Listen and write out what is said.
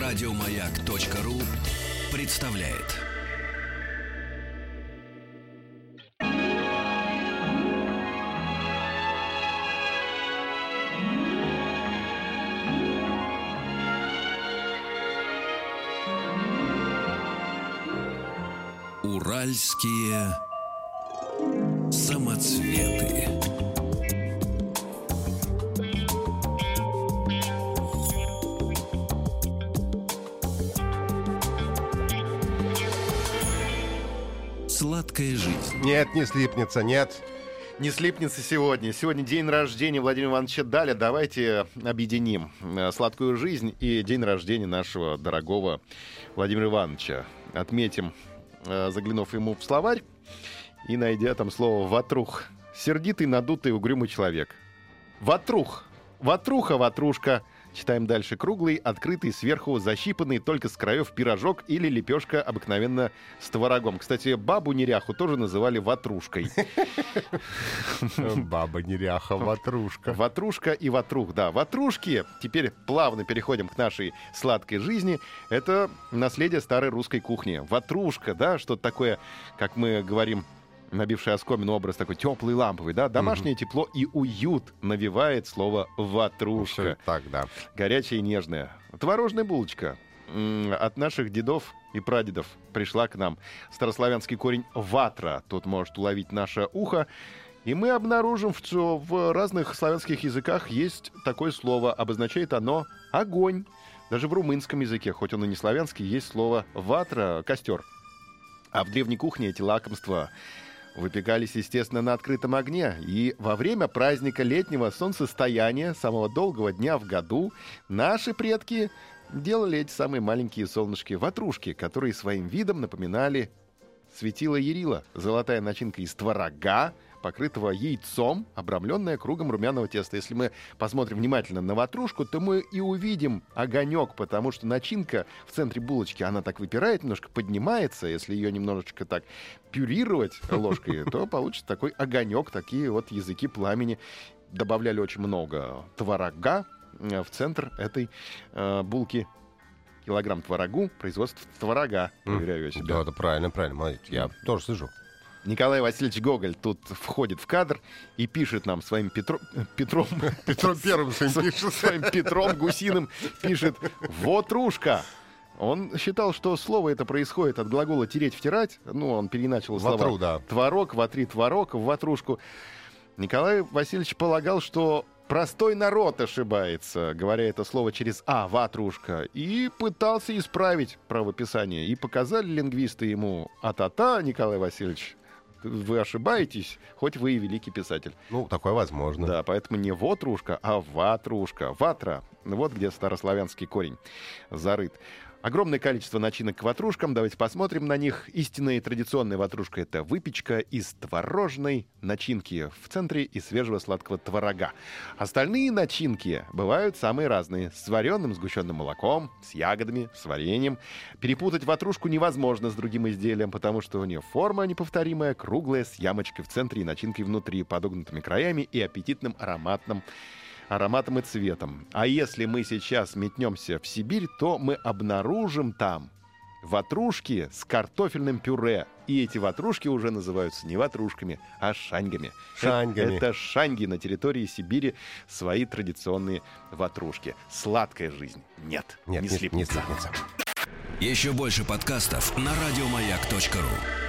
Радиомаяк.ру представляет. Уральские самоцветы. Сладкая жизнь. Нет, не слипнется, нет. Не слипнется сегодня. Сегодня день рождения Владимира Ивановича Даля. Давайте объединим сладкую жизнь и день рождения нашего дорогого Владимира Ивановича. Отметим, заглянув ему в словарь и найдя там слово «ватрух». Сердитый, надутый, угрюмый человек. Ватрух. Ватруха, ватрушка. Читаем дальше. Круглый, открытый, сверху защипанный, только с краев пирожок или лепешка, обыкновенно с творогом. Кстати, бабу-неряху тоже называли ватрушкой. Баба-неряха, ватрушка. Ватрушка и ватрух, да. Ватрушки, теперь плавно переходим к нашей сладкой жизни, это наследие старой русской кухни. Ватрушка, да, что-то такое, как мы говорим, набивший оскомину образ такой теплый, ламповый, да, домашнее тепло и уют навевает слово «ватрушка». Так, да. Горячая и нежная. Творожная булочка от наших дедов и прадедов пришла к нам. Старославянский корень «ватра» тут может уловить наше ухо. И мы обнаружим, что в разных славянских языках есть такое слово. Обозначает оно «огонь». Даже в румынском языке, хоть он и не славянский, есть слово «ватра» — «костер». А в древней кухне эти лакомства выпекались, естественно, на открытом огне. И во время праздника летнего солнцестояния, самого долгого дня в году, наши предки делали эти самые маленькие солнышки-ватрушки, которые своим видом напоминали светило Ярила. Золотая начинка из творога, покрытого яйцом, обрамленная кругом румяного теста. Если мы посмотрим внимательно на ватрушку, то мы и увидим огонек, потому что начинка в центре булочки, она так выпирает, немножко поднимается. Если ее немножечко так пюрировать ложкой, то получится такой огонек, такие вот языки пламени. Добавляли очень много творога в центр этой булки. Килограмм творогу, производство творога. Проверяю я себя. Да, это правильно, молодец. Я тоже слежу. Николай Васильевич Гоголь тут входит в кадр и пишет нам своим Петром Первым своим Петром Гусиным пишет «вотрушка». Он считал, что слово это происходит от глагола «тереть», «втирать». Ну, он переначал слова Ватру, да. «творог», «ватри», «творог», в «ватрушку». Николай Васильевич полагал, что простой народ ошибается, говоря это слово через «а», «ватрушка», и пытался исправить правописание. И показали лингвисты ему «а-та-та, Николай Васильевич, вы ошибаетесь, хоть вы и великий писатель». Ну, такое возможно. Да, поэтому не «вотрушка», а «ватрушка». «Ватра» — вот где старославянский корень зарыт. Огромное количество начинок к ватрушкам. Давайте посмотрим на них. Истинная и традиционная ватрушка — это выпечка из творожной начинки в центре и свежего сладкого творога. Остальные начинки бывают самые разные. С вареным сгущенным молоком, с ягодами, с вареньем. Перепутать ватрушку невозможно с другим изделием, потому что у нее форма неповторимая, круглая, с ямочкой в центре и начинкой внутри, подогнутыми краями и аппетитным ароматом и цветом. А если мы сейчас метнемся в Сибирь, то мы обнаружим там ватрушки с картофельным пюре. И эти ватрушки уже называются не ватрушками, а шаньгами. Это шаньги. На территории Сибири свои традиционные ватрушки. Сладкая жизнь. Нет, не слипнется. Еще больше подкастов на радиомаяк.ру.